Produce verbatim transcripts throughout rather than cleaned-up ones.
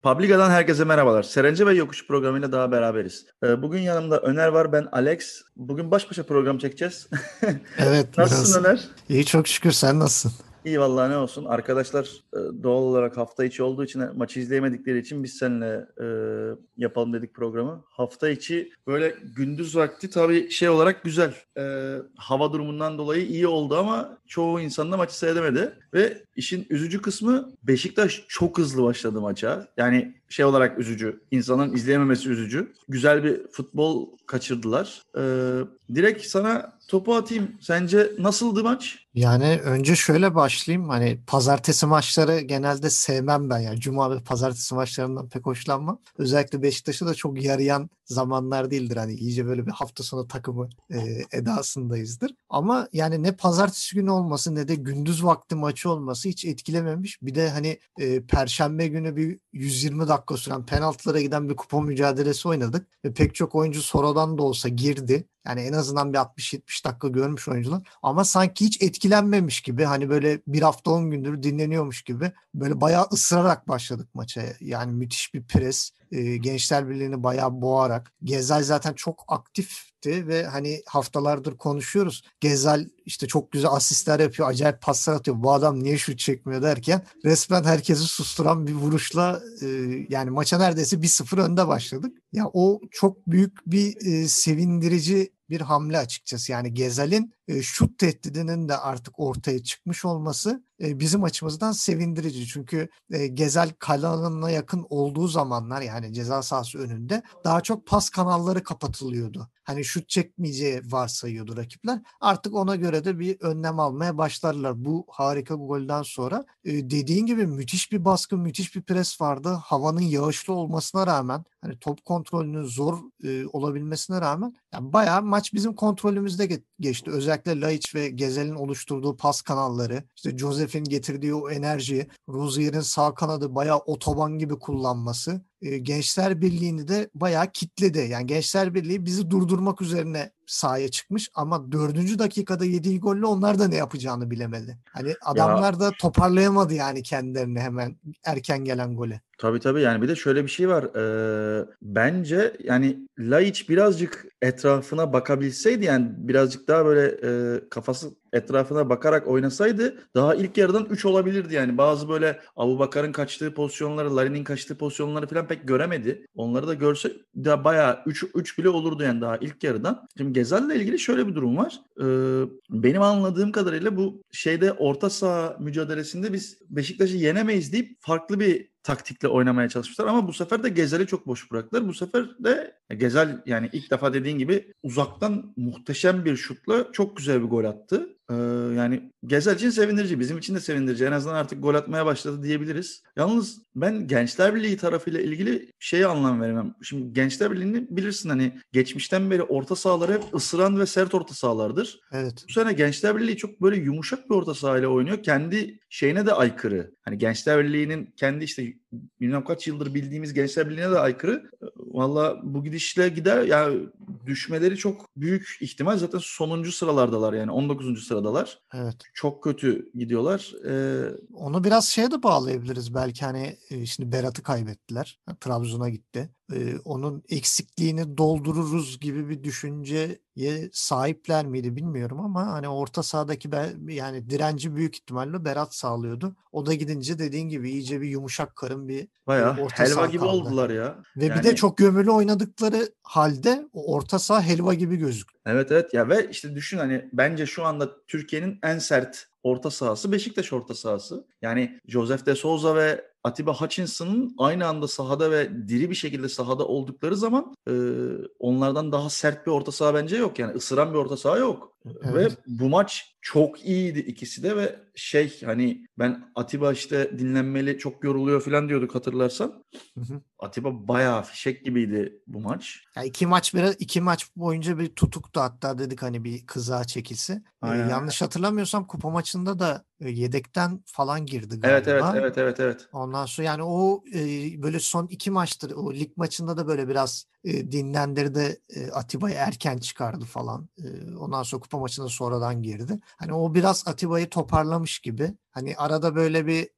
Publica'dan herkese merhabalar. Serence ve Yokuş programıyla daha beraberiz. Ee, Bugün yanımda Öner var, ben Alex. Bugün baş başa program çekeceğiz. Evet Nasılsın biraz. Öner? İyi çok şükür, sen nasılsın? İyi vallahi ne olsun. Arkadaşlar e, doğal olarak hafta içi olduğu için maçı izleyemedikleri için biz seninle e, yapalım dedik programı. Hafta içi böyle gündüz vakti tabii şey olarak güzel. E, hava durumundan dolayı iyi oldu ama çoğu insan da maçı seyredemedi. Ve işin üzücü kısmı Beşiktaş çok hızlı başladı maça. Yani şey olarak üzücü. İnsanın izleyememesi üzücü. Güzel bir futbol kaçırdılar. E, direkt sana topu atayım. Sence nasıldı maç? Yani önce şöyle başlayayım. Hani pazartesi maçları genelde sevmem ben. Yani cuma ve pazartesi maçlarından pek hoşlanmam. Özellikle Beşiktaş'ı da çok yarayan zamanlar değildir. Hani iyice böyle bir hafta sonu takımı e, edasındayızdır. Ama yani ne pazartesi günü olması ne de gündüz vakti maçı olması hiç etkilememiş. Bir de hani e, Perşembe günü bir yüz yirmi dakika süren penaltılara giden bir kupa mücadelesi oynadık. Ve pek çok oyuncu sonradan da olsa girdi. Yani en azından bir altmış yetmiş dakika görmüş oyuncular. Ama sanki hiç etkilenmemiş gibi, hani böyle bir hafta on gündür dinleniyormuş gibi böyle bayağı ısırarak başladık maça. Yani müthiş bir pres. e, Gençler Birliği'ni bayağı boğarak. Gezal zaten çok aktifti ve hani haftalardır konuşuyoruz. Gezal işte çok güzel asistler yapıyor, acayip paslar atıyor. Bu adam niye şut çekmiyor derken resmen herkesi susturan bir vuruşla e, yani maça neredeyse bir sıfır önde başladık. Ya o çok büyük bir e, sevindirici bir hamle açıkçası. Yani Gezal'in e, şut tehdidinin de artık ortaya çıkmış olması e, bizim açımızdan sevindirici. Çünkü e, Gezal kale alanına yakın olduğu zamanlar, yani ceza sahası önünde daha çok pas kanalları kapatılıyordu. Hani şut çekmeyeceği varsayıyordu rakipler. Artık ona göre de bir önlem almaya başlarlar. Bu harika bir golden sonra e, dediğin gibi müthiş bir baskı, müthiş bir pres vardı. Havanın yağışlı olmasına rağmen, hani top kontrolünün zor e, olabilmesine rağmen yani bayağı maç bizim kontrolümüzde ge- geçti. Özellikle Laiç ve Gezel'in oluşturduğu pas kanalları, işte Josef'in getirdiği o enerji, Rozier'in sağ kanadı bayağı otoban gibi kullanması e, Gençler Birliği'ni de bayağı kitledi. Yani Gençler Birliği bizi durdurmak üzerine sahaya çıkmış ama dördüncü dakikada yediği golle onlar da ne yapacağını bilemedi. Hani Ya adamlar da toparlayamadı yani kendilerini hemen erken gelen gole. tabii tabii yani bir de şöyle bir şey var. Ee, bence yani Laiç birazcık etrafına bakabilseydi, yani birazcık daha böyle e, kafası etrafına bakarak oynasaydı daha ilk yarıdan üç olabilirdi yani. Bazı böyle Abubakar'ın kaçtığı pozisyonları, Larin'in kaçtığı pozisyonları falan pek göremedi. Onları da görse de bayağı üç üç bile olurdu yani daha ilk yarıdan. Şimdi Gezal'le ilgili şöyle bir durum var. Ee, benim anladığım kadarıyla bu şeyde orta saha mücadelesinde biz Beşiktaş'ı yenemeyiz deyip farklı bir taktikle oynamaya çalışmışlar ama bu sefer de Gezal'i çok boş bıraktılar. Bu sefer de Gezal yani ilk defa dediğin gibi uzaktan muhteşem bir şutla çok güzel bir gol attı. Ee, yani Gezal için sevindirici, bizim için de sevindirici. En azından artık gol atmaya başladı diyebiliriz. Yalnız ben Gençler Birliği tarafıyla ilgili şeye anlam veremem. Şimdi Gençler Birliği'ni bilirsin, hani geçmişten beri orta sahaları hep ısıran ve sert orta sahalardır. Evet. Bu sene Gençler Birliği çok böyle yumuşak bir orta sahayla oynuyor. Kendi şeyine de aykırı. Hani Gençler Birliği'nin kendi işte bilmem kaç yıldır bildiğimiz Gençler Birliği'ne de aykırı. Valla bu gidişle gider ya, düşmeleri çok büyük ihtimal. Zaten sonuncu sıralardalar, yani on dokuzuncu sıradalar. Evet. Çok kötü gidiyorlar. Ee, Onu biraz şeye de bağlayabiliriz belki, hani e, şimdi Berat'ı kaybettiler. Ha, Trabzon'a gitti. E, onun eksikliğini doldururuz gibi bir düşünceye sahipler miydi bilmiyorum ama hani orta sahadaki be- yani direnci büyük ihtimalle Berat sağlıyordu. O da gidince dediğin gibi iyice bir yumuşak karın bir e, bayağı orta helva saha gibi kaldı. oldular ya. Ve bir de Yani çok gömülü oynadıkları halde o orta saha helva gibi gözüktü. evet evet ya, ve işte düşün, hani bence şu anda Türkiye'nin en sert orta sahası Beşiktaş orta sahası. Yani Josef de Souza ve Atiba Hutchinson'ın aynı anda sahada ve diri bir şekilde sahada oldukları zaman e, onlardan daha sert bir orta saha bence yok. Yani ısıran bir orta saha yok. Ve Evet. bu maç çok iyiydi ikisi de ve şey, hani ben Atiba işte dinlenmeli, çok yoruluyor falan diyorduk hatırlarsan. Hı hı. Atiba bayağı fişek gibiydi bu maç. Ya iki maç biraz iki maç boyunca bir tutuktu, hatta dedik hani bir kızağa çekilse. Ee, Aynen aynen. yanlış hatırlamıyorsam kupa maçında da e, yedekten falan girdi Evet evet galiba. evet evet evet. Ondan sonra yani o e, böyle son iki maçtır o lig maçında da böyle biraz e, dinlendirdi, e, Atiba'yı erken çıkardı falan. E, ondan sonra kupa maçında sonradan girdi. Hani o biraz Atiba'yı toparlamış gibi. Hani arada böyle bir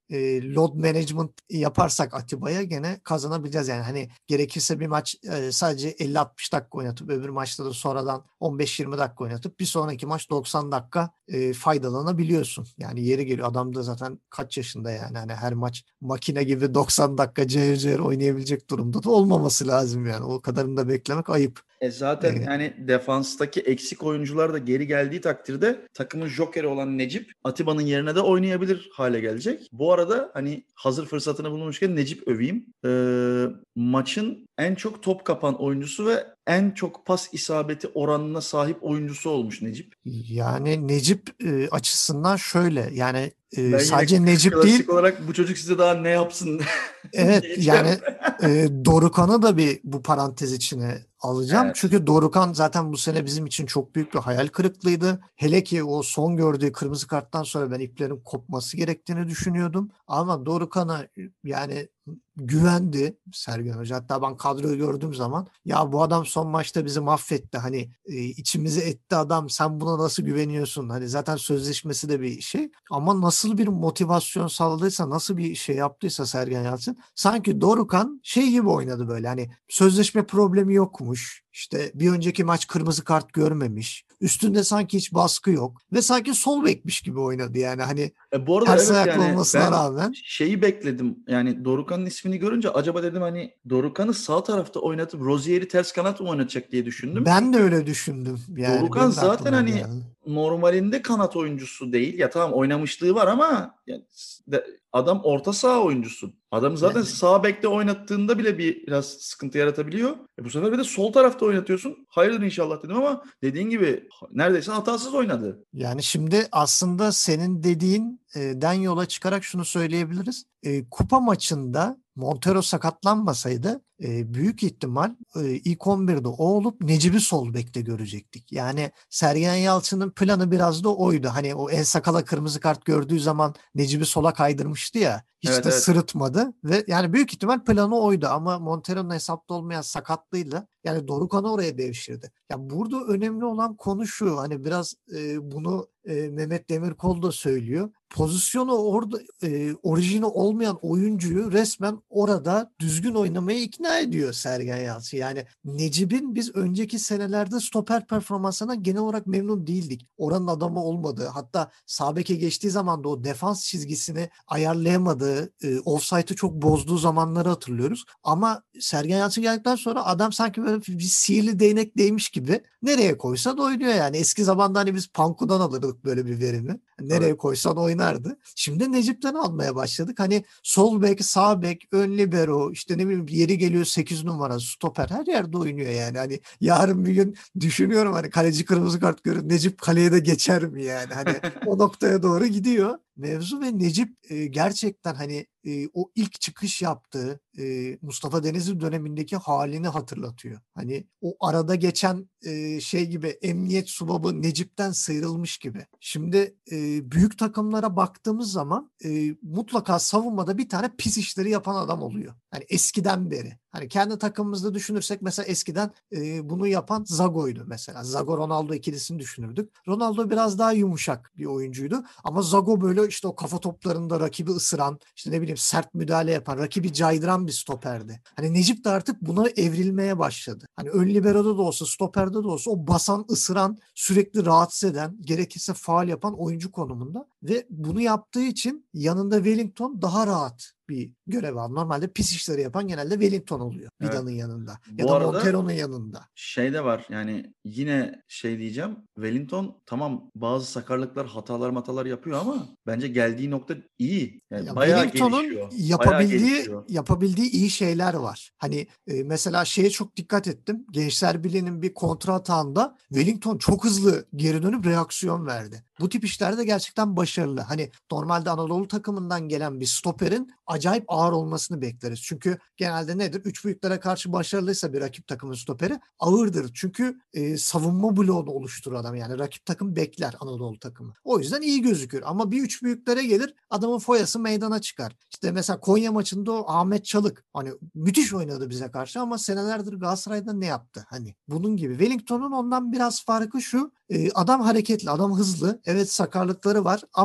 e, load management yaparsak Atiba'ya gene kazanabileceğiz. Yani hani gerekirse bir maç e, sadece elli altmış dakika oynatıp öbür maçta da sonradan on beş yirmi dakika oynatıp bir sonraki maç doksan dakika e, faydalanabiliyorsun. Yani yeri geliyor adam da zaten kaç yaşında yani hani her maç makine gibi doksan dakika cayır cayır oynayabilecek durumda da olmaması lazım yani. O kadarını da beklemek ayıp. E zaten E, yani defanstaki eksik oyuncular da geri geldiği takdirde takımın jokeri olan Necip Atiba'nın yerine de oynayabilir hale gelecek. Bu arada hani hazır fırsatını bulmuşken Necip öveyim. Ee, maçın en çok top kapan oyuncusu ve en çok pas isabeti oranına sahip oyuncusu olmuş Necip. Yani Necip e, açısından şöyle yani e, Ben yine sadece Necip klasik değil. olarak bu çocuk size daha ne yapsın Evet diyeceğim. yani e, Dorukhan'ı da bir bu parantez içine alacağım. Evet. Çünkü Dorukhan zaten bu sene bizim için çok büyük bir hayal kırıklığıydı. Hele ki o son gördüğü kırmızı karttan sonra ben iplerin kopması gerektiğini düşünüyordum. Ama Dorukhan'a yani güvendi Sergen Hoca. Hatta ben kadroyu gördüğüm zaman ya bu adam son maçta bizi mahvetti. Hani e, içimizi etti adam. Sen buna nasıl güveniyorsun? Hani zaten sözleşmesi de bir şey. Ama nasıl bir motivasyon sağladıysa, nasıl bir şey yaptıysa Sergen Yalçın sanki Dorukhan şey gibi oynadı böyle. Hani sözleşme problemi yokmuş. İşte bir önceki maç kırmızı kart görmemiş. Üstünde sanki hiç baskı yok. Ve sanki sol bekmiş gibi oynadı yani. Hani E, bu arada ters evet ayaklı yani olmasına ben rağmen. şeyi bekledim. Yani Dorukhan'ın ismini görünce acaba dedim hani Dorukhan'ı sağ tarafta oynatıp Rozier'i ters kanat mı oynatacak diye düşündüm. Ben de Çünkü öyle düşündüm. Yani Dorukhan benim de zaten aklıma o hani geldi. normalinde kanat oyuncusu değil. Ya tamam oynamışlığı var ama yani de- adam orta saha oyuncusu. Adam zaten Yani sağ bekte oynattığında bile bir biraz sıkıntı yaratabiliyor. E bu sefer bir de sol tarafta oynatıyorsun. Hayırdır inşallah dedim ama dediğin gibi neredeyse hatasız oynadı. Yani şimdi aslında senin dediğinden yola çıkarak şunu söyleyebiliriz. E, kupa maçında Montero sakatlanmasaydı e, büyük ihtimal e, ilk on birde o olup Necip'i sol bekte görecektik. Yani Sergen Yalçın'ın planı biraz da oydu. Hani o El Sakala kırmızı kart gördüğü zaman Necip'i sola kaydırmıştı ya. Hiç Evet de evet. sırıtmadı ve yani büyük ihtimal planı oydu ama Montero'nun hesapta olmayan sakatlığıyla yani Dorukhan'ı oraya devşirdi. Ya burada önemli olan konu şu hani biraz e, bunu e, Mehmet Demirkol da söylüyor. Pozisyonu orada e, orijini olmayan oyuncuyu resmen orada düzgün oynamaya ikna ediyor Sergen Yalçın. Yani Necip'in biz önceki senelerde stoper performansına genel olarak memnun değildik. Oranın adamı olmadığı hatta sağ beke geçtiği zaman da o defans çizgisini ayarlayamadığı, e, offside'ı çok bozduğu zamanları hatırlıyoruz. Ama Sergen Yalçın geldikten sonra adam sanki böyle bir sihirli değnek değmiş gibi nereye koysa da oynuyor yani. Eski zamanda hani biz Panku'dan alırdık böyle bir verimi. Tabii. Nereye koysan oynardı. Şimdi Necip'ten almaya başladık. Hani sol bek, sağ bek, ön libero, işte ne bileyim yeri geliyor sekiz numara, stoper her yerde oynuyor yani. Hani yarın bir gün düşünüyorum hani kaleci kırmızı kart görür Necip kaleye de geçer mi yani? Hani o noktaya doğru gidiyor mevzu ve Necip e, gerçekten hani e, o ilk çıkış yaptığı e, Mustafa Denizli dönemindeki halini hatırlatıyor. Hani o arada geçen e, şey gibi emniyet subabı Necip'ten sıyrılmış gibi. Şimdi e, büyük takımlara baktığımız zaman e, mutlaka savunmada bir tane pis işleri yapan adam oluyor. Hani eskiden beri. Hani kendi takımımızda düşünürsek mesela eskiden e, bunu yapan Zago'ydu mesela. Zago Ronaldo ikilisini düşünürdük. Ronaldo biraz daha yumuşak bir oyuncuydu ama Zago böyle işte o kafa toplarında rakibi ısıran, işte ne bileyim sert müdahale yapan, rakibi caydıran bir stoperdi. Hani Necip de artık buna evrilmeye başladı. Hani ön libero'da da olsa, stoperde de olsa o basan, ısıran, sürekli rahatsız eden, gerekirse faul yapan oyuncu konumunda ve bunu yaptığı için yanında Wellington daha rahat bir görev aldı. Normalde pis işleri yapan genelde Wellington oluyor Evet. Vida'nın yanında ya Bu da arada Montero'nun yanında. şey de var yani yine şey diyeceğim. Wellington tamam bazı sakarlıklar hatalar matalar yapıyor ama bence geldiği nokta iyi. Ya Yani bayağı Wellington'un gelişiyor. Bayağı yapabildiği gelişiyor. yapabildiği iyi şeyler var. Hani e, mesela şeye çok dikkat ettim. Gençler Birliği'nin bir kontra atağında Wellington çok hızlı geri dönüp reaksiyon verdi. Bu tip işlerde gerçekten başarılı. Hani normalde Anadolu takımından gelen bir stoperin acayip ağır olmasını bekleriz. Çünkü genelde nedir? Üç büyüklere karşı başarılıysa bir rakip takımın stoperi ağırdır. Çünkü e, savunma bloğunu oluşturur adam. Yani rakip takım bekler Anadolu takımı. O yüzden iyi gözükür. Ama bir üç büyüklere gelir adamın foyası meydana çıkar. İşte mesela Konya maçında o Ahmet Çalık hani müthiş oynadı bize karşı ama senelerdir Galatasaray'da ne yaptı? Hani bunun gibi. Wellington'un ondan biraz farkı şu. E, adam hareketli, adam hızlı. Evet sakarlıkları var ama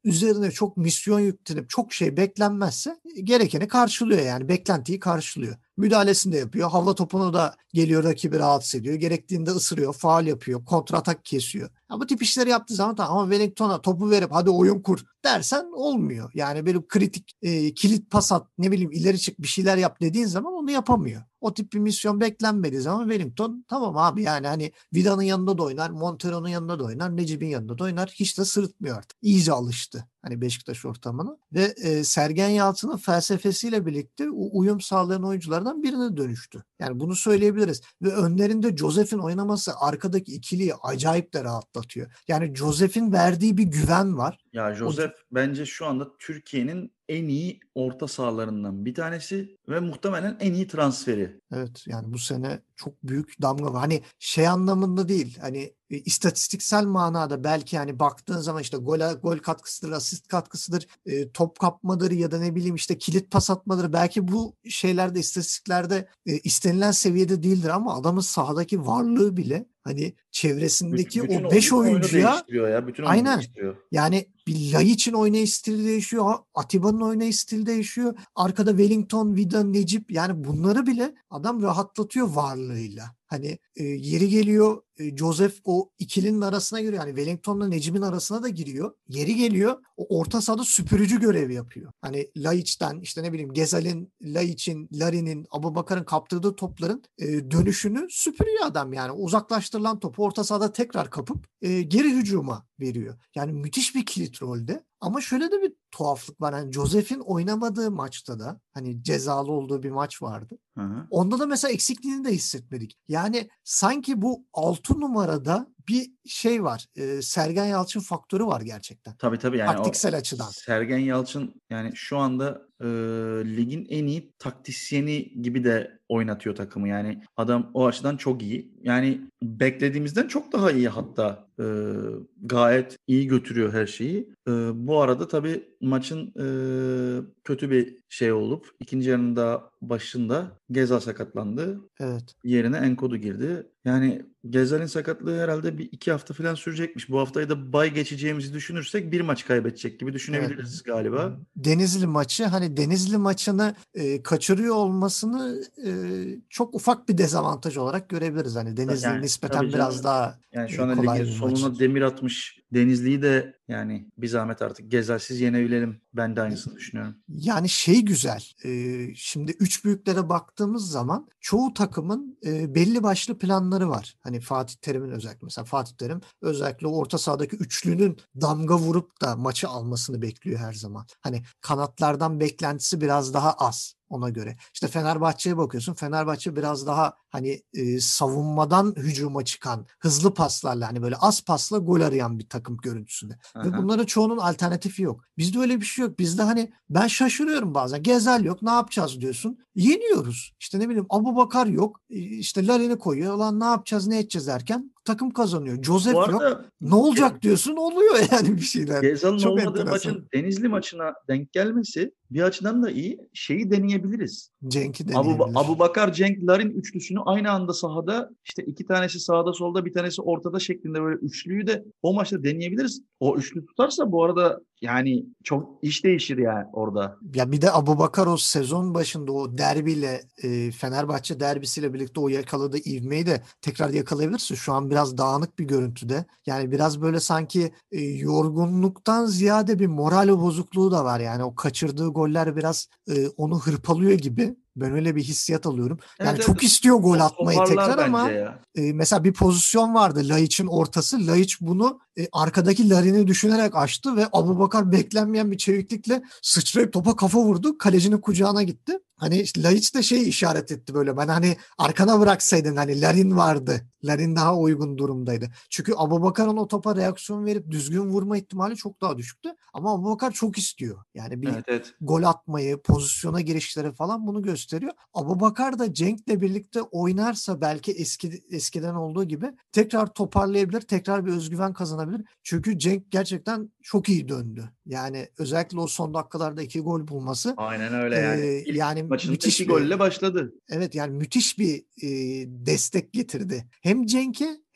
üzerine çok misyon yüklenip çok şey beklenmezse gerekeni karşılıyor yani. Beklentiyi karşılıyor. Müdahalesini de yapıyor. Hava topunu da geliyor, rakibi rahatsız ediyor. Gerektiğinde ısırıyor, faul yapıyor, kontratak kesiyor. Ya bu tip işleri yaptığı zaman tamam, ama Wellington'a topu verip hadi oyun kur dersen olmuyor. Yani böyle kritik e, kilit pas at, ne bileyim ileri çık, bir şeyler yap dediğin zaman onu yapamıyor. O tip bir misyon beklenmediği zaman Wellington tamam abi, yani hani Vida'nın yanında da oynar, Montero'nun yanında da oynar, Necip'in yanında da oynar. Hiç de sırıtmıyor artık. İyice alıştı hani Beşiktaş ortamına ve e, Sergen Yalçın'ın felsefesiyle birlikte u- uyum sağlayan oyunculardan birine dönüştü. Yani bunu söyleyebiliriz. Ve önlerinde Josef'in oynaması arkadaki ikiliyi acayip de rahatlatıyor. Yani Josef'in verdiği bir güven var. Ya O Josef bence şu anda Türkiye'nin en iyi orta sahalarından bir tanesi ve muhtemelen en iyi transferi. Evet, yani bu sene çok büyük damga var. Hani şey anlamında değil. Hani e, istatistiksel manada belki hani baktığın zaman işte gol gol katkısıdır, asist katkısıdır, e, top kapmadır ya da ne bileyim işte kilit pas atmadır. Belki bu şeylerde, istatistiklerde e, istenilen seviyede değildir ama adamın sahadaki varlığı bile hani çevresindeki Bütün bütün, o o- beş bütün oyunu oyuncuya değiştiriyor ya. Bütün oyunu aynen. değiştiriyor. Yani bir Laiç'in oynayış stili değişiyor. Atiba'nın oynayış stili değişiyor. Arkada Wellington, Vida, Necip, yani bunları bile adam rahatlatıyor varlığıyla. Hani e, yeri geliyor e, Joseph o ikilinin arasına giriyor. Yani Wellington'la Necip'in arasına da giriyor. Yeri geliyor o orta sahada süpürücü görevi yapıyor. Hani Laiç'ten işte ne bileyim Gezal'in, Laiç'in, Larin'in, Abubakar'ın kaptırdığı topların e, dönüşünü süpürüyor adam yani. Uzaklaştırılan topu orta sahada tekrar kapıp e, geri hücuma veriyor. Yani müthiş bir kilit rolde. Ama şöyle de bir tuhaflık var. Hani Joseph'in oynamadığı maçta da hani cezalı olduğu bir maç vardı. Hı hı. Onda da mesela eksikliğini de hissetmedik. Yani sanki bu altı numarada bir şey var. E, Sergen Yalçın faktörü var gerçekten. Tabii tabii, yani o Taktiksel açıdan. Sergen Yalçın yani şu anda e, ligin en iyi taktisyeni gibi de oynatıyor takımı. Yani adam o açıdan çok iyi. Yani beklediğimizden çok daha iyi hatta. E, gayet iyi götürüyor her şeyi. E, bu arada tabii maçın e, kötü bir şey olup ikinci yarının da başında Gezal sakatlandı. Evet. Yerine Enkodu girdi. Yani Gezal'in sakatlığı herhalde bir iki hafta falan sürecekmiş. Bu haftayı da bay geçeceğimizi düşünürsek bir maç kaybedecek gibi Evet. düşünebiliriz galiba. Denizli maçı, hani Denizli maçını e, kaçırıyor olmasını e, çok ufak bir dezavantaj olarak görebiliriz. Hani Denizli Yani tabii nispeten biraz canım. daha Yani şu e, anda ligin kolay bir maç. sonuna demir atmış Denizli'yi de yani bir zahmet artık Gezal'siz yenebilelim. Ben de aynısını düşünüyorum. Yani şey güzel. E, şimdi üç büyüklere baktığımız zaman çoğu takımın e, belli başlı planları var. Hani Fatih Terim'in özellikle, mesela Fatih Terim özellikle orta sahadaki üçlünün damga vurup da maçı almasını bekliyor her zaman. Hani kanatlardan beklentisi biraz daha az ona göre. İşte Fenerbahçe'ye bakıyorsun. Fenerbahçe biraz daha hani e, savunmadan hücuma çıkan hızlı paslarla, hani böyle az pasla gol arayan bir takım görüntüsünde. Ve Aha. bunların çoğunun alternatifi yok. Bizde öyle bir şey yok. Bizde hani ben şaşırıyorum bazen. Gezel yok. Ne yapacağız diyorsun. Yeniyoruz. İşte ne bileyim Abubakar yok. E, İşte Larin'i koyuyor. Lan ne yapacağız, ne edeceğiz derken takım kazanıyor. Bu Joseph yok. arada Ne Ge- olacak diyorsun, oluyor yani bir şeyler. Gezal'ın Çok olmadığı enteresan. maçın Denizli maçına denk gelmesi bir açıdan da iyi. Şeyi deneyebiliriz. Cenk'i Abu, deneyebilir. Abubakar, Cenk, Larin üçlüsünü aynı anda sahada, işte iki tanesi sağda solda bir tanesi ortada şeklinde böyle üçlüyü de o maçta deneyebiliriz. O üçlü tutarsa bu arada yani çok iş değişir yani orada. Ya bir de Abubakar o sezon başında o derbiyle e, Fenerbahçe derbisiyle birlikte o yakaladığı ivmeyi de tekrar yakalayabilirse, şu an biraz dağınık bir görüntüde. Yani biraz böyle sanki e, yorgunluktan ziyade bir moral bozukluğu da var. Yani o kaçırdığı goller biraz e, onu hırpalıyor gibi. Ben öyle bir hissiyat alıyorum. Yani Evet evet, çok istiyor gol o atmayı toparlar tekrar bence ama ya. e, mesela bir pozisyon vardı Laiç'in ortası. Laiç bunu e, arkadaki Larin'i düşünerek açtı ve Abubakar beklenmeyen bir çeviklikle sıçrayıp topa kafa vurdu. Kalecinin kucağına gitti. Hani işte Laiç de şey işaret etti böyle. Ben hani arkana bıraksaydın, hani Larin vardı. Larin daha uygun durumdaydı. Çünkü Abubakar'ın o topa reaksiyon verip düzgün vurma ihtimali çok daha düşüktü. Ama Abubakar çok istiyor. Yani bir Evet evet. gol atmayı, pozisyona girişleri falan bunu gösteriyor. Abubakar da Cenk'le birlikte oynarsa belki eski eskiden olduğu gibi tekrar toparlayabilir, tekrar bir özgüven kazanabilir. Çünkü Cenk gerçekten çok iyi döndü. Yani özellikle o son dakikalarda iki gol bulması Aynen öyle e, yani. İlk yani maçında iki müthiş bir golle başladı. evet yani müthiş bir e, destek getirdi. Hem Cenk'e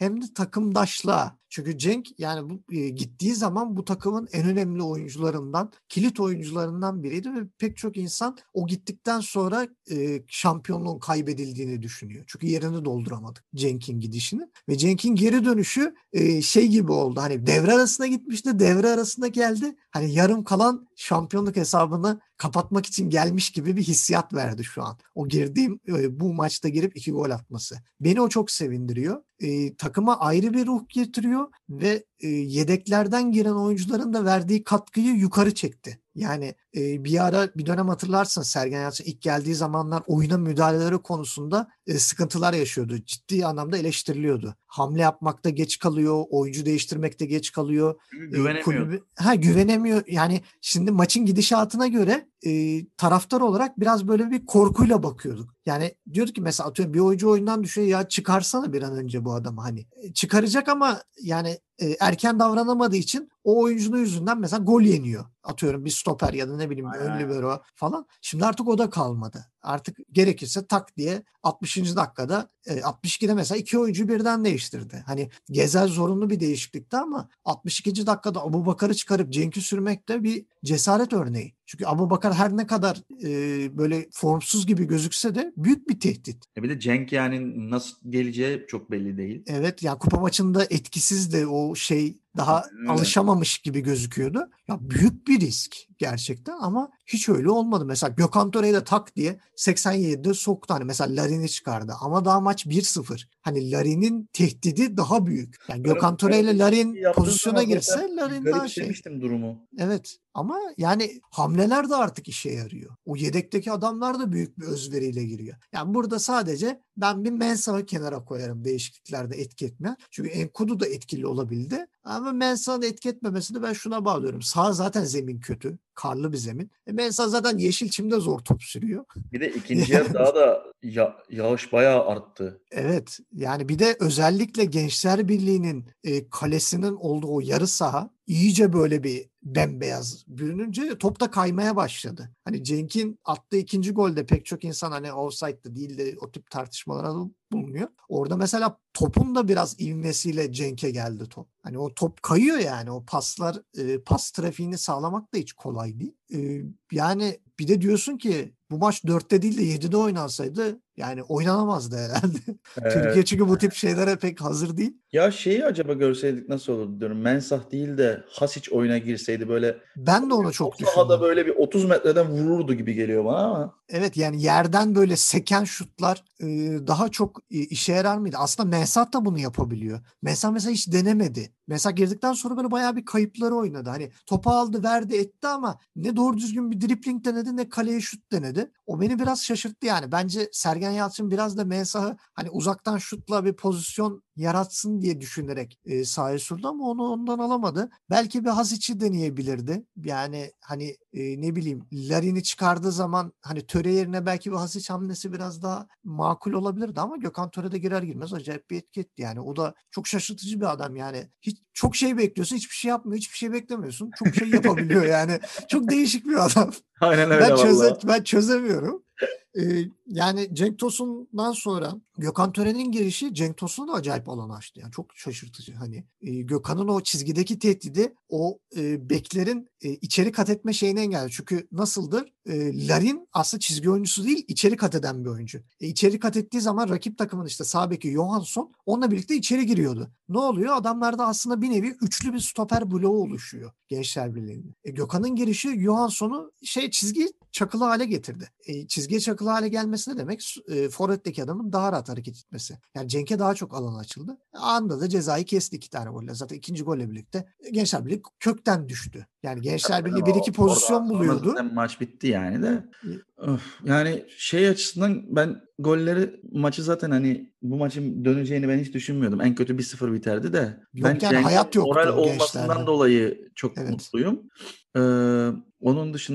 hem de takımdaşlığa. Çünkü Cenk yani bu, e, gittiği zaman bu takımın en önemli oyuncularından, kilit oyuncularından biriydi ve pek çok insan o gittikten sonra e, şampiyonluğun kaybedildiğini düşünüyor. Çünkü yerini dolduramadık Cenk'in gidişini ve Cenk'in geri dönüşü e, şey gibi oldu. Hani devre arasına gitmişti, devre arasına geldi. Hani yarım kalan şampiyonluk hesabını kapatmak için gelmiş gibi bir hissiyat verdi şu an. O girdiğim e, bu maçta girip iki gol atması. Beni o çok sevindiriyor. E, takıma ayrı bir ruh getiriyor ve e, yedeklerden giren oyuncuların da verdiği katkıyı yukarı çekti. Yani e, bir ara bir dönem hatırlarsın Sergen Yalçın ilk geldiği zamanlar oyuna müdahaleleri konusunda e, sıkıntılar yaşıyordu. Ciddi anlamda eleştiriliyordu. Hamle yapmakta geç kalıyor, oyuncu değiştirmekte geç kalıyor. E, kulübü, ha güvenemiyor. Yani şimdi maçın gidişatına göre e, taraftar olarak biraz böyle bir korkuyla bakıyorduk. Yani diyorduk ki mesela atıyorum bir oyuncu oyundan düşüyor ya çıkarsana bir an önce bu adamı hani. E, çıkaracak ama yani e, erken davranamadığı için o oyuncunun yüzünden mesela gol yeniyor. Atıyorum bir stoper ya da ne bileyim ön libero falan. Şimdi artık o da kalmadı. Artık gerekirse tak diye altmışıncı dakikada e, altmış ikide mesela iki oyuncu birden değiştirdi. Hani Gezel zorunlu bir değişiklikti ama altmış ikinci dakikada Abubakar'ı çıkarıp Cenk'i sürmek de bir cesaret örneği. Çünkü Abubakar her ne kadar e, böyle formsuz gibi gözükse de büyük bir tehdit. E bir de Cenk yani nasıl geleceği çok belli değil. Evet ya kupa maçında etkisiz de o şey daha Öyle. alışamamış gibi gözüküyordu. Ya büyük bir risk gerçekten ama hiç öyle olmadı. Mesela Gökhan Töre'yi de tak diye seksen yedide soktu. Hani mesela Larin'i çıkardı ama daha maç bir sıfır. Hani Larin'in tehdidi daha büyük. Yani Gökhan Töre ile Larin pozisyona girse Larin daha şey. Durumu. Evet ama yani hamleler de artık işe yarıyor. O yedekteki adamlar da büyük bir özveriyle giriyor. Yani burada sadece ben bir Mensah'ı kenara koyarım değişikliklerde etki etmeyen. Çünkü Enkudu da etkili olabildi. Ama Mensah'ın etki etmemesini ben şuna bağlıyorum. Sağ zaten zemin kötü. Karlı bir zemin. E Mensah zaten yeşil çimde zor top sürüyor. Bir de ikinci yarı daha da ya, yağış bayağı arttı. Evet. Yani bir de özellikle Gençler Birliği'nin e, kalesinin olduğu o yarı saha iyice böyle bir bembeyaz bürününce top da kaymaya başladı. Hani Cenk'in attığı ikinci golde pek çok insan hani offside'dı değil de o tip tartışmalara bulunuyor. Orada mesela topun da biraz ivmesiyle Cenk'e geldi top. Hani o top kayıyor yani o paslar e, pas trafiğini sağlamak da hiç kolay değil. E, yani bir de diyorsun ki bu maç dörtte değil de yedide oynansaydı yani oynanamazdı herhalde. Evet. Türkiye çünkü bu tip şeylere pek hazır değil. Ya şeyi acaba görseydik nasıl olurdu diyorum. Mensah değil de Hasic oyuna girseydi böyle. Ben de onu çok düşündüm. Sahada böyle bir otuz metreden vururdu gibi geliyor bana ama. Evet yani yerden böyle seken şutlar e, daha çok e, işe yarar mıydı? Aslında Mensah da bunu yapabiliyor. Mensah mesela hiç denemedi. Mensah girdikten sonra böyle bayağı bir kayıpları oynadı. Hani topu aldı, verdi, etti ama ne doğru düzgün bir dribling denedi ne kaleye şut denedi. O beni biraz şaşırttı yani. Bence Sergen Yalçın biraz da Mensah'ı hani uzaktan şutla bir pozisyon yaratsın diye düşünerek e, sahaya sürdü ama onu ondan alamadı. Belki bir Hasic'i deneyebilirdi. Yani hani e, ne bileyim Larin'i çıkardığı zaman hani Töre yerine belki bir Hasic hamlesi biraz daha makul olabilirdi ama Gökhan Töre de girer girmez acayip bir etki etti. Yani o da çok şaşırtıcı bir adam yani. Hiç çok şey bekliyorsun, hiçbir şey yapmıyor, hiçbir şey beklemiyorsun. Çok şey yapabiliyor yani. Çok değişik bir adam. Aynen öyle ben çöze, vallahi. ben çözemiyorum. Ee, yani Cenk Tosun'dan sonra Gökhan Töre'nin girişi Cenk Tosun'a da acayip alan açtı. Yani çok şaşırtıcı. Hani e, Gökhan'ın o çizgideki tehdidi o e, beklerin e, içeri kat etme şeyini engelledi. Çünkü nasıldır? E, Larin aslında çizgi oyuncusu değil, içeri kat eden bir oyuncu. E, içeri kat ettiği zaman rakip takımın işte sağ beki Johansson onunla birlikte içeri giriyordu. Ne oluyor? Adamlarda aslında bir nevi üçlü bir stoper bloğu oluşuyor Gençler Birliği'nde. E, Gökhan'ın girişi Johansson'u şey çizgi çakılı hale getirdi. E, çizgiye çakılı hale gelmesi ne demek? E, forvetteki adamın daha rahat hareket etmesi. Yani Cenk'e daha çok alan açıldı. Anında da cezayı kesti iki tane golle. Zaten ikinci golle birlikte Gençler Birliği kökten düştü. Yani Gençler Birliği bir iki pozisyon buluyordu. Zaten maç bitti yani de. Öf, yani şey açısından ben golleri maçı zaten hani bu maçın döneceğini ben hiç düşünmüyordum. En kötü bir sıfır biterdi de. Yok ben yani hayat yoktu moral olmasından gençlerde. dolayı çok Evet. mutluyum. Ee, onun dışında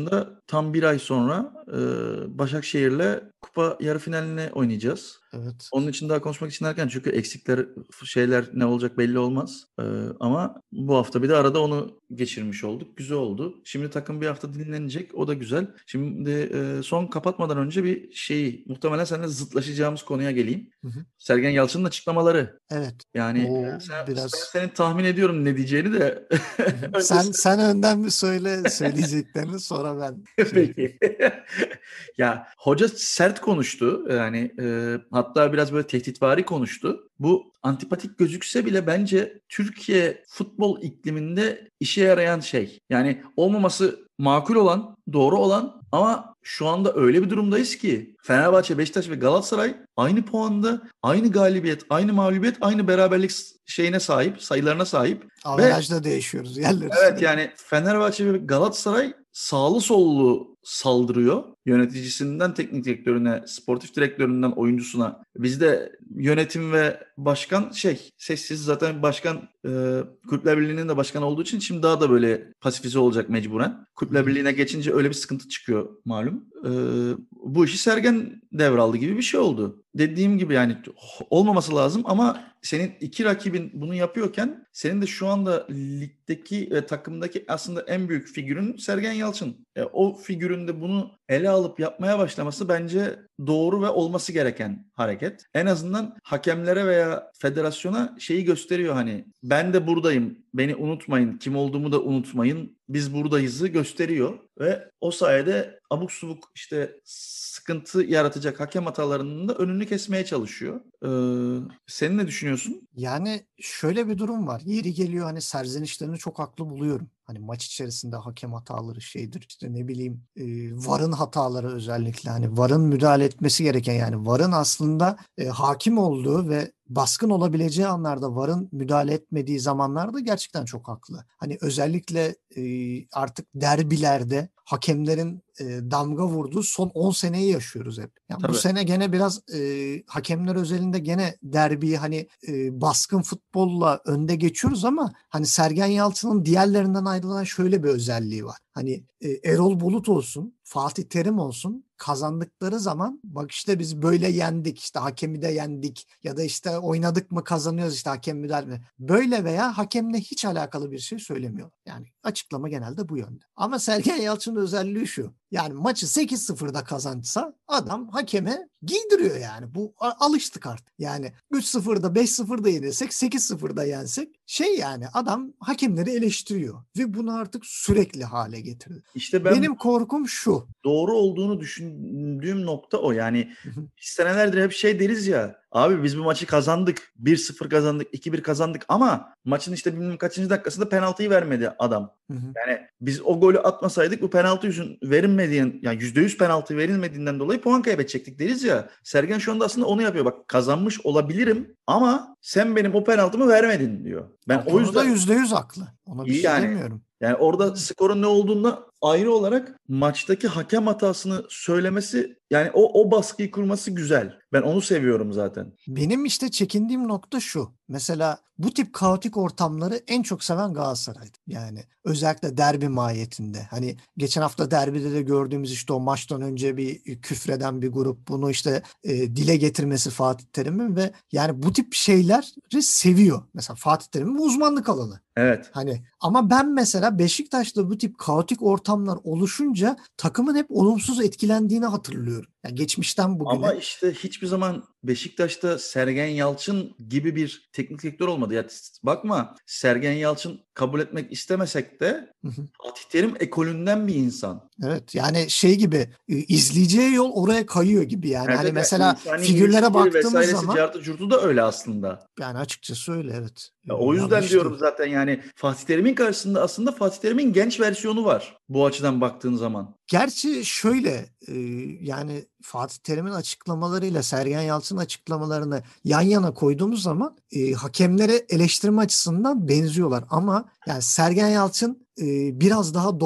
tam bir ay sonra e, Başakşehir'le kupa yarı finaline oynayacağız. Evet. Onun için daha konuşmak için erken çünkü eksikler şeyler ne olacak belli olmaz. Ee, ama bu hafta bir de arada onu geçirmiş olduk. Güzel oldu. Şimdi takım bir hafta dinlenecek. O da güzel. Şimdi e, son kapatmadan önce bir şeyi muhtemelen seninle zıtlaşacağımız konuya geleyim. Hı hı. Sergen Yalçın'ın açıklamaları. Evet. Yani O sen, ben biraz. senin tahmin ediyorum ne diyeceğini de Hı hı. önce Sen sen önden bir söyle söyleyeceklerini, sonra ben şey yapayım. peki. Ya hoca sert konuştu. Yani e, hatta biraz böyle tehditvari konuştu. Bu antipatik gözükse bile bence Türkiye futbol ikliminde işe yarayan şey. Yani olmaması makul olan, doğru olan ama şu anda öyle bir durumdayız ki Fenerbahçe, Beşiktaş ve Galatasaray aynı puanda, aynı galibiyet, aynı mağlubiyet, aynı beraberlik şeyine sahip, sayılarına sahip ve Averajda değişiyoruz yerleri evet sürekli. yani Fenerbahçe ve Galatasaray sağlı sollu saldırıyor. Yöneticisinden teknik direktörüne, sportif direktöründen oyuncusuna. Bizde yönetim ve başkan şey sessiz zaten başkan e, Kulüpler Birliği'nin de başkanı olduğu için şimdi daha da böyle pasifize olacak mecburen. Kulüpler Birliği'ne geçince öyle bir sıkıntı çıkıyor malum. E, bu işi Sergen devraldı gibi bir şey oldu. Dediğim gibi yani olmaması lazım ama senin iki rakibin bunu yapıyorken senin de şu anda ligdeki ve takımdaki aslında en büyük figürün Sergen Yalçın. E, o figürün de bunu ele alıp yapmaya başlaması bence doğru ve olması gereken hareket. En azından hakemlere veya federasyona şeyi gösteriyor hani ben de buradayım, beni unutmayın, kim olduğumu da unutmayın, biz buradayızı gösteriyor ve o sayede abuk subuk işte sıkıntı yaratacak hakem hatalarının da önünü kesmeye çalışıyor. Ee, sen ne düşünüyorsun? Yani şöyle bir durum var. Yeri geliyor hani serzenişlerini çok haklı buluyorum. Hani maç içerisinde hakem hataları şeydir. İşte ne bileyim e, VAR'ın hataları özellikle hani VAR'ın müdahale etmesi gereken yani VAR'ın aslında e, hakim olduğu ve baskın olabileceği anlarda VAR'ın müdahale etmediği zamanlarda gerçekten çok haklı. Hani özellikle e, artık derbilerde hakemlerin e, damga vurduğu son on seneyi yaşıyoruz hep. Yani bu Tabii. sene gene biraz e, hakemler özelinde gene derbiyi hani e, baskın futbolla önde geçiyoruz ama hani Sergen Yalçın'ın diğerlerinden ayrılan şöyle bir özelliği var. Hani e, Erol Bulut olsun, Fatih Terim olsun kazandıkları zaman bak işte biz böyle yendik, işte hakemi de yendik ya da işte oynadık mı kazanıyoruz, işte hakem müdahale. Böyle veya hakemle hiç alakalı bir şey söylemiyor. Yani açıklama genelde bu yönde. Ama Sergen Yalçın'ın özelliği şu. Yani maçı sekiz sıfırda kazansa adam hakeme giydiriyor yani. Bu alıştık artık. Yani üç sıfırda beş sıfırda yenilsek sekiz sıfırda yensek şey yani adam hakemleri eleştiriyor ve bunu artık sürekli hale getirdi. İşte ben Benim korkum şu. doğru olduğunu düşündüğüm nokta o. Yani biz senelerdir hep şey deriz ya. Abi biz bu maçı kazandık. bir sıfır kazandık, iki bir kazandık ama maçın işte bilmem kaçıncı dakikasında penaltıyı vermedi adam. Yani biz o golü atmasaydık bu penaltı yüzün verilmediğin yani yüzde yüz penaltı verilmediğinden dolayı puan kaybedecektik deriz ya. Sergen şu anda aslında onu yapıyor. Bak kazanmış olabilirim ama sen benim o penaltımı vermedin diyor. Ben O o konuda yüzden yüzde yüz haklı. Ona bir iyi şey yani. demiyorum. Yani orada Hı. skorun ne olduğunda ayrı olarak maçtaki hakem hatasını söylemesi yani o o baskıyı kurması güzel. Ben onu seviyorum zaten. Benim işte çekindiğim nokta şu. Mesela bu tip kaotik ortamları en çok seven Galatasaray'dı. Yani özellikle derbi mahiyetinde. Hani geçen hafta derbide de gördüğümüz işte o maçtan önce bir küfreden bir grup bunu işte e, dile getirmesi Fatih Terim'in ve yani bu tip şeyleri seviyor. Mesela Fatih Terim'in uzmanlık alanı. Evet. Hani ama ben mesela Beşiktaş'ta bu tip kaotik ortamlar oluşunca takımın hep olumsuz etkilendiğini hatırlıyorum. Yani geçmişten bugüne. Ama işte hiçbir zaman Beşiktaş'ta Sergen Yalçın gibi bir teknik direktör olmadı. Ya bakma Sergen Yalçın kabul etmek istemesek de Fatih Terim ekolünden bir insan. Evet yani şey gibi izleyeceği yol oraya kayıyor gibi yani. Evet, Hani evet. Yani mesela insani figürlere ilişkileri baktığımız vesairesi zaman cartı curtu da öyle aslında. yani açıkçası öyle evet. Ya o yüzden Yanlış diyorum değil. zaten yani Fatih Terim'in karşısında aslında Fatih Terim'in genç versiyonu var bu açıdan baktığın zaman. Gerçi şöyle e, yani Fatih Terim'in açıklamalarıyla Sergen Yalçın'ın açıklamalarını yan yana koyduğumuz zaman e, hakemlere eleştirme açısından benziyorlar. Ama yani Sergen Yalçın e, biraz daha dobra.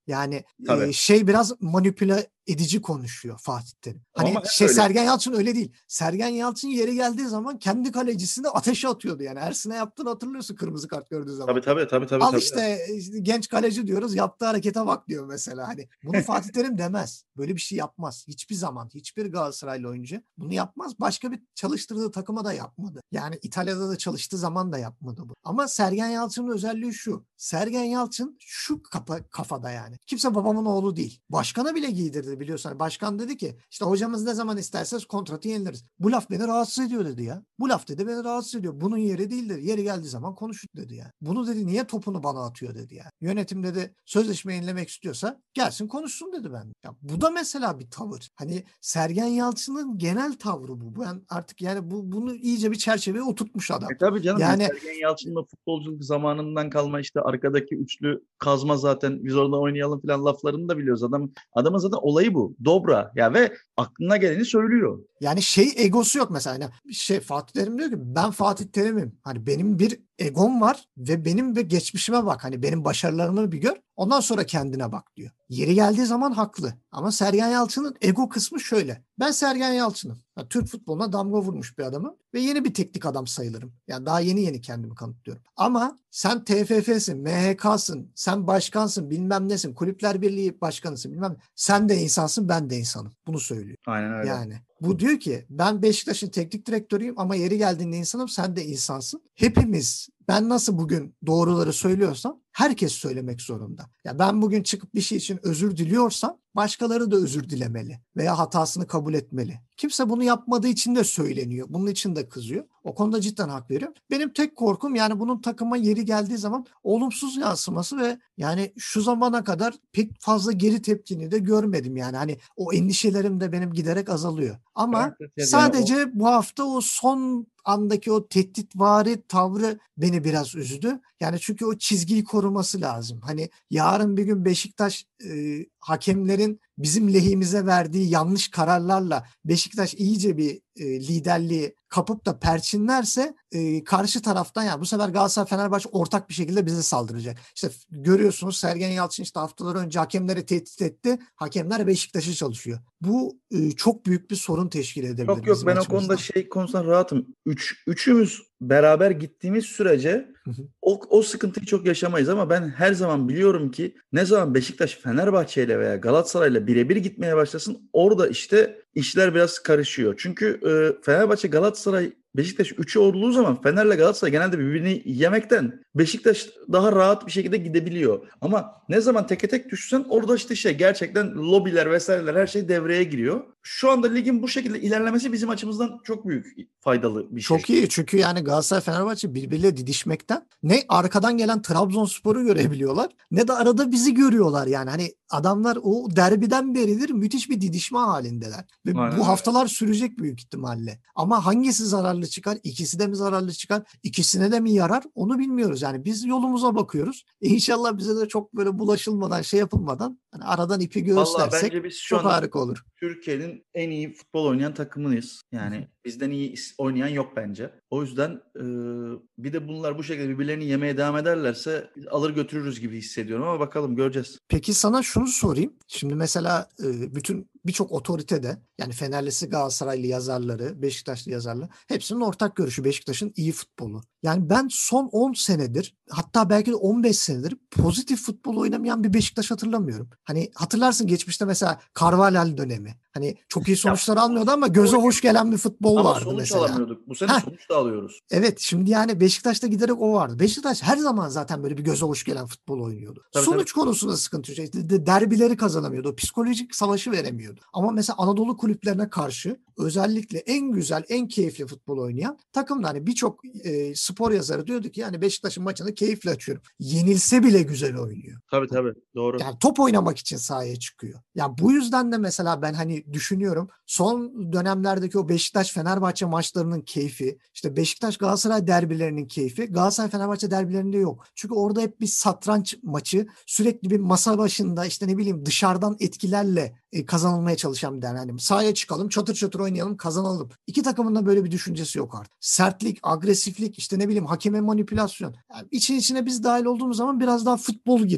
Yani e, Tabii. şey biraz manipüle edici konuşuyor Fatih Terim. Hani Ama hep şey öyle. Sergen Yalçın öyle değil. Sergen Yalçın yeri geldiği zaman kendi kalecisini ateşe atıyordu yani. Ersin'e yaptığını hatırlıyorsun kırmızı kart gördüğü Tabii zaman. tabii tabii tabii. Al tabii. işte, işte genç kaleci diyoruz, yaptığı harekete bak diyor mesela. Hani bunu Fatih Terim demez. Böyle bir şey yapmaz. Hiçbir zaman hiçbir Galatasaraylı oyuncu bunu yapmaz. Başka bir çalıştırdığı takıma da yapmadı. Yani İtalya'da da çalıştığı zaman da yapmadı bu. Ama Sergen Yalçın'ın özelliği şu. Sergen Yalçın şu kafa, kafada yani. Kimse babamın oğlu değil. Başkana bile giydirdi biliyorsun. Hani başkan dedi ki işte hocamız ne zaman isterseniz kontratı yenileriz. Bu laf beni rahatsız ediyor dedi ya. Bu laf dedi beni rahatsız ediyor. Bunun yeri değildir. Yeri geldiği zaman konuşun dedi ya. Bunu dedi niye topunu bana atıyor dedi ya. Yönetim dedi sözleşme yenilemek istiyorsa gelsin konuşsun dedi ben. Ya bu da mesela bir tavır. Hani Sergen Yalçın'ın genel tavrı bu. Ben artık yani bu bunu iyice bir çerçeveye oturtmuş adam. E tabii canım, yani Yani Sergen Yalçın'la futbolculuk zamanından kalma işte arkadaki üçlü kazma, zaten biz orada oynayalım falan laflarını da biliyoruz. Adam, adamın zaten olayı bu. Dobra ya ve aklına geleni söylüyor. Yani şey egosu yok mesela. Hani şey Fatih Terim diyor ki ben Fatih Terim'im. Hani benim bir egom var ve benim ve geçmişime bak. Hani benim başarılarımı bir gör. Ondan sonra kendine bak diyor. Yeri geldiği zaman haklı. Ama Sergen Yalçın'ın ego kısmı şöyle. Ben Sergen Yalçın'ım. Yani Türk futboluna damga vurmuş bir adamım ve yeni bir teknik adam sayılırım. Yani daha yeni yeni kendimi kanıtlıyorum. Ama sen T F F'sin, M H K'sın, sen başkansın, bilmem nesin, Kulüpler Birliği başkanısın, bilmem ne. Sen de insansın, ben de insanım. Bunu söylüyor. Aynen öyle. Yani bu diyor ki ben Beşiktaş'ın teknik direktörüyüm ama yeri geldiğinde insanım, sen de insansın. Hepimiz, ben nasıl bugün doğruları söylüyorsam herkes söylemek zorunda. Ya ben bugün çıkıp bir şey için özür diliyorsam başkaları da özür dilemeli veya hatasını kabul etmeli. Kimse bunu yapmadığı için de söyleniyor. Bunun için de kızıyor. O konuda cidden hak veriyorum. Benim tek korkum yani bunun takıma yeri geldiği zaman olumsuz yansıması ve yani şu zamana kadar pek fazla geri tepkini de görmedim yani. Hani o endişelerim de benim giderek azalıyor. Ama Evet, evet, yani o sadece bu hafta o son andaki o tehditvari tavrı beni biraz üzdü. Yani çünkü o çizgiyi koruması lazım. Hani yarın bir gün Beşiktaş e, hakemlerin bizim lehimize verdiği yanlış kararlarla Beşiktaş iyice bir e, liderliği kapıp da perçinlerse e, karşı taraftan yani bu sefer Galatasaray Fenerbahçe ortak bir şekilde bize saldıracak. İşte görüyorsunuz Sergen Yalçın işte haftalar önce hakemleri tehdit etti. Hakemler Beşiktaş'ı çalışıyor. Bu e, çok büyük bir sorun teşkil edebilir yok yok bizim ben o konuda açımızdan. şey konusunda rahatım. Üç, üçümüz beraber gittiğimiz sürece o, o sıkıntıyı çok yaşamayız ama ben her zaman biliyorum ki ne zaman Beşiktaş Fenerbahçe ile veya Galatasaray ile birebir gitmeye başlasın orada işte işler biraz karışıyor. Çünkü e, Fenerbahçe, Galatasaray, Beşiktaş üçü olduğu zaman Fener'le Galatasaray genelde birbirini yemekten Beşiktaş daha rahat bir şekilde gidebiliyor. Ama ne zaman teke tek düşsen orada işte şey gerçekten lobiler vesaireler her şey devreye giriyor. Şu anda ligin bu şekilde ilerlemesi bizim açımızdan çok büyük faydalı bir şey. Çok iyi çünkü yani Galatasaray Fenerbahçe birbiriyle didişmekten ne arkadan gelen Trabzonspor'u görebiliyorlar ne de arada bizi görüyorlar yani hani adamlar o derbiden beridir müthiş bir didişme halindeler ve Aynen bu öyle. haftalar sürecek büyük ihtimalle ama hangisi zararlı çıkar, ikisi de mi zararlı çıkar, ikisine de mi yarar onu bilmiyoruz yani biz yolumuza bakıyoruz. İnşallah bize de çok böyle bulaşılmadan şey yapılmadan hani aradan ipi Vallahi göstersek bence biz şu çok anda harika olur. Türkiye'nin en iyi futbol oynayan takımıyız. Yani bizden iyi is- oynayan yok bence. O yüzden e, bir de bunlar bu şekilde birbirlerini yemeye devam ederlerse biz alır götürürüz gibi hissediyorum ama bakalım göreceğiz. Peki sana şunu sorayım. Şimdi mesela e, bütün birçok otoritede yani Fenerlisi, Galatasaraylı yazarları, Beşiktaşlı yazarları hepsinin ortak görüşü Beşiktaş'ın iyi futbolu. Yani ben son on senedir hatta belki de on beş senedir pozitif futbol oynamayan bir Beşiktaş hatırlamıyorum. Hani hatırlarsın geçmişte mesela Carvalhal dönemi. Hani çok iyi Ya, sonuçlar almıyordu ama göze hoş gelen bir futbol ama vardı sonuç mesela. alamıyorduk. Bu sene Heh, sonuç da alıyoruz. evet şimdi yani Beşiktaş'ta giderek o vardı. Beşiktaş her zaman zaten böyle bir göze hoş gelen futbol oynuyordu. Tabii tabii. Sonuç konusunda sıkıntı yok. İşte de- derbileri kazanamıyordu. O psikolojik savaşı veremiyordu. Ama mesela Anadolu kulüplerine karşı özellikle en güzel, en keyifli futbol oynayan takımlar. Hani birçok e, spor yazarı diyordu ki yani Beşiktaş'ın maçını keyifle açıyorum. Yenilse bile güzel oynuyor. Tabii tabii. Doğru. Yani top oynamak için sahaya çıkıyor. Yani bu yüzden de mesela ben hani düşünüyorum son dönemlerdeki o Beşiktaş Fenerbahçe maçlarının keyfi, işte Beşiktaş Galatasaray derbilerinin keyfi Galatasaray Fenerbahçe derbilerinde yok. Çünkü orada hep bir satranç maçı, sürekli bir masa başında işte ne bileyim dışarıdan etkilerle e, kazanılmaya çalışan bir derbi. Yani sahaya çıkalım, çatır çatır oynayalım, kazanalım. İki takımın da böyle bir düşüncesi yok artık. Sertlik, agresiflik, işte ne bileyim hakeme manipülasyon. Yani için içine biz dahil olduğumuz zaman biraz daha futbol giriyor.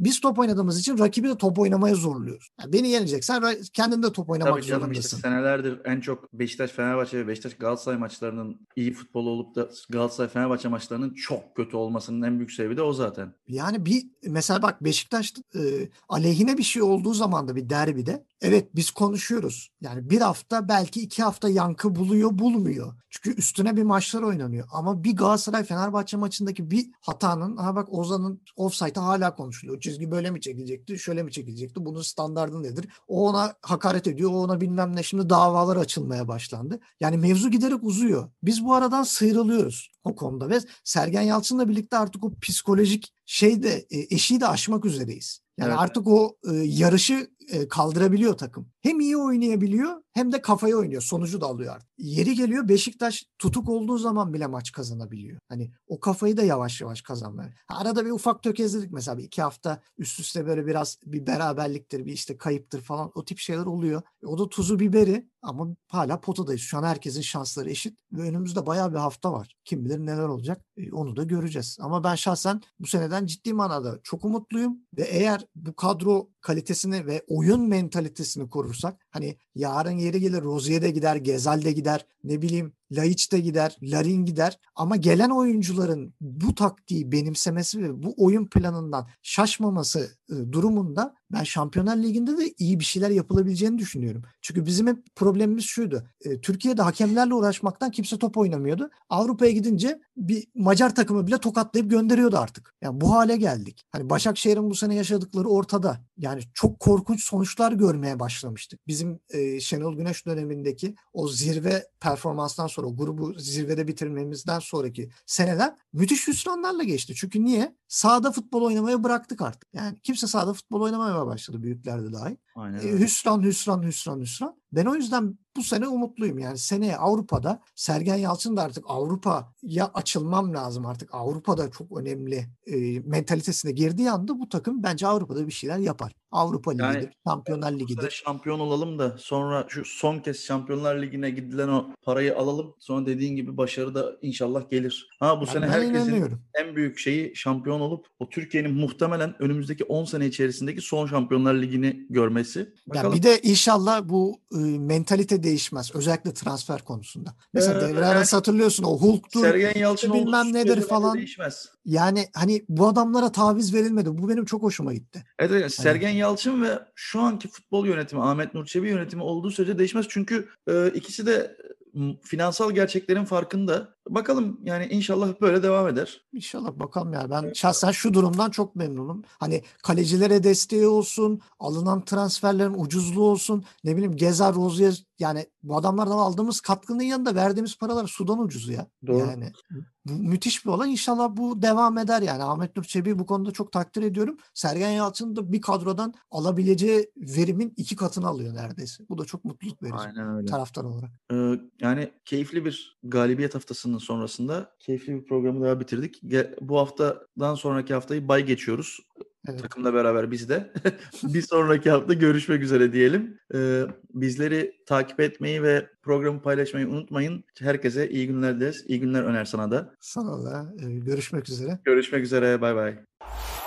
Biz top oynadığımız için rakibi de top oynamaya zorluyoruz. Yani beni yeneceksen ra- kendin de top oynamak Tabii canım, işte zorundasın. senelerdir en çok Beşiktaş-Fenerbahçe ve Beşiktaş-Galatasaray maçlarının iyi futbol olup da Galatasaray-Fenerbahçe maçlarının çok kötü olmasının en büyük sebebi de o zaten. Yani bir mesela bak Beşiktaş e, aleyhine bir şey olduğu zaman da bir derbide evet biz konuşuyoruz. Yani bir hafta belki iki hafta yankı buluyor bulmuyor. Çünkü üstüne bir maçlar oynanıyor. Ama bir Galatasaray-Fenerbahçe maçındaki bir hatanın ha bak Ozan'ın ofsaytı hala konuşuluyor. Çizgi böyle mi çekilecekti şöyle mi çekilecekti bunun standardı nedir? O ona hakaret ediyor o ona bilmem ne şimdi davalar açılmaya başlandı. Yani mevzu giderek uzuyor. Biz bu aradan sıyrılıyoruz o konuda ve Sergen Yalçın'la birlikte artık o psikolojik şey de e, eşiği de aşmak üzereyiz. Yani Evet. artık o e, yarışı e, kaldırabiliyor takım. Hem iyi oynayabiliyor hem de kafaya oynuyor. Sonucu da alıyor artık. Yeri geliyor Beşiktaş tutuk olduğu zaman bile maç kazanabiliyor. Hani o kafayı da yavaş yavaş kazanmaya. Arada bir ufak tökezledik mesela bir iki hafta üst üste böyle biraz bir beraberliktir, bir işte kayıptır falan o tip şeyler oluyor. E, o da tuzu biberi ama hala potadayız. Şu an herkesin şansları eşit ve önümüzde bayağı bir hafta var. Kim bilir neler olacak e, onu da göreceğiz. Ama ben şahsen bu seneden ciddi manada çok umutluyum ve eğer bu kadro kalitesini ve oyun mentalitesini korursak hani yarın yeri gelir Rozier de gider, Gezal de gider, ne bileyim Laiç de gider, Larin gider ama gelen oyuncuların bu taktiği benimsemesi ve bu oyun planından şaşmaması e, durumunda ben Şampiyonlar Ligi'nde de iyi bir şeyler yapılabileceğini düşünüyorum. Çünkü bizim hep problemimiz şuydu. E, Türkiye'de hakemlerle uğraşmaktan kimse top oynamıyordu. Avrupa'ya gidince bir Macar takımı bile tokatlayıp gönderiyordu artık. Yani bu hale geldik. Hani Başakşehir'in bu sene yaşadıkları ortada. Yani çok korkunç sonuçlar görmeye başlamıştık. Bizim e, Şenol Güneş dönemindeki o zirve performanstan sonra o grubu zirvede bitirmemizden sonraki seneler müthiş hüsranlarla geçti. Çünkü niye? Sahada futbol oynamaya bıraktık artık. Yani kimse sahada futbol oynamaya başladı büyükler de dahil. Aynen E, öyle. hüsran hüsran hüsran hüsran. Ben o yüzden bu sene umutluyum. Yani seneye Avrupa'da Sergen Yalçın da artık Avrupa'ya açılmam lazım artık. Avrupa'da çok önemli e, mentalitesine girdiği anda bu takım bence Avrupa'da bir şeyler yapar. Avrupa Yani Ligi'dir, Şampiyonlar bu sene Ligi'dir. şampiyon olalım da sonra şu son kez Şampiyonlar Ligi'ne gidilen o parayı alalım. Sonra dediğin gibi başarı da inşallah gelir. Ha bu Ya sene ben herkesin inanıyorum. en büyük şeyi şampiyon olup o Türkiye'nin muhtemelen önümüzdeki on sene içerisindeki son Şampiyonlar Ligi'ni görmesi. Ya Bakalım. bir de inşallah bu e, mentalite değişmez. Özellikle transfer konusunda. Mesela Ee, devre yani arası hatırlıyorsun o Hulk'tur, Sergen Yalçın işte olduğu bilmem nedir sürece bence falan. değişmez. Yani hani bu adamlara taviz verilmedi. Bu benim çok hoşuma gitti. Evet, evet, Hani Sergen Yalçın ve şu anki futbol yönetimi Ahmet Nur Çebi yönetimi olduğu sürece değişmez. Çünkü e, ikisi de m, finansal gerçeklerin farkında. Bakalım yani inşallah böyle devam eder. İnşallah bakalım ya. Ben şahsen şu durumdan çok memnunum. Hani kalecilere desteği olsun, alınan transferlerin ucuzluğu olsun, ne bileyim Gezal, Rozier yani bu adamlardan aldığımız katkının yanında verdiğimiz paralar sudan ucuz ya. Doğru. Yani bu müthiş bir olay. İnşallah bu devam eder yani. Ahmet Nur Çebi'yi bu konuda çok takdir ediyorum. Sergen Yalçın da bir kadrodan alabileceği verimin iki katını alıyor neredeyse. Bu da çok mutluluk verici Aynen öyle. taraftar olarak. Ee, yani keyifli bir galibiyet haftasının sonrasında keyifli bir programı daha bitirdik. Ge- bu haftadan sonraki haftayı bay geçiyoruz. Evet. Takımla beraber biz de. Bir sonraki hafta görüşmek üzere diyelim. Ee, bizleri takip etmeyi ve programı paylaşmayı unutmayın. Herkese iyi günler dileriz. İyi günler Öner sana da. Sana da e, görüşmek üzere. Görüşmek üzere. Bay bay.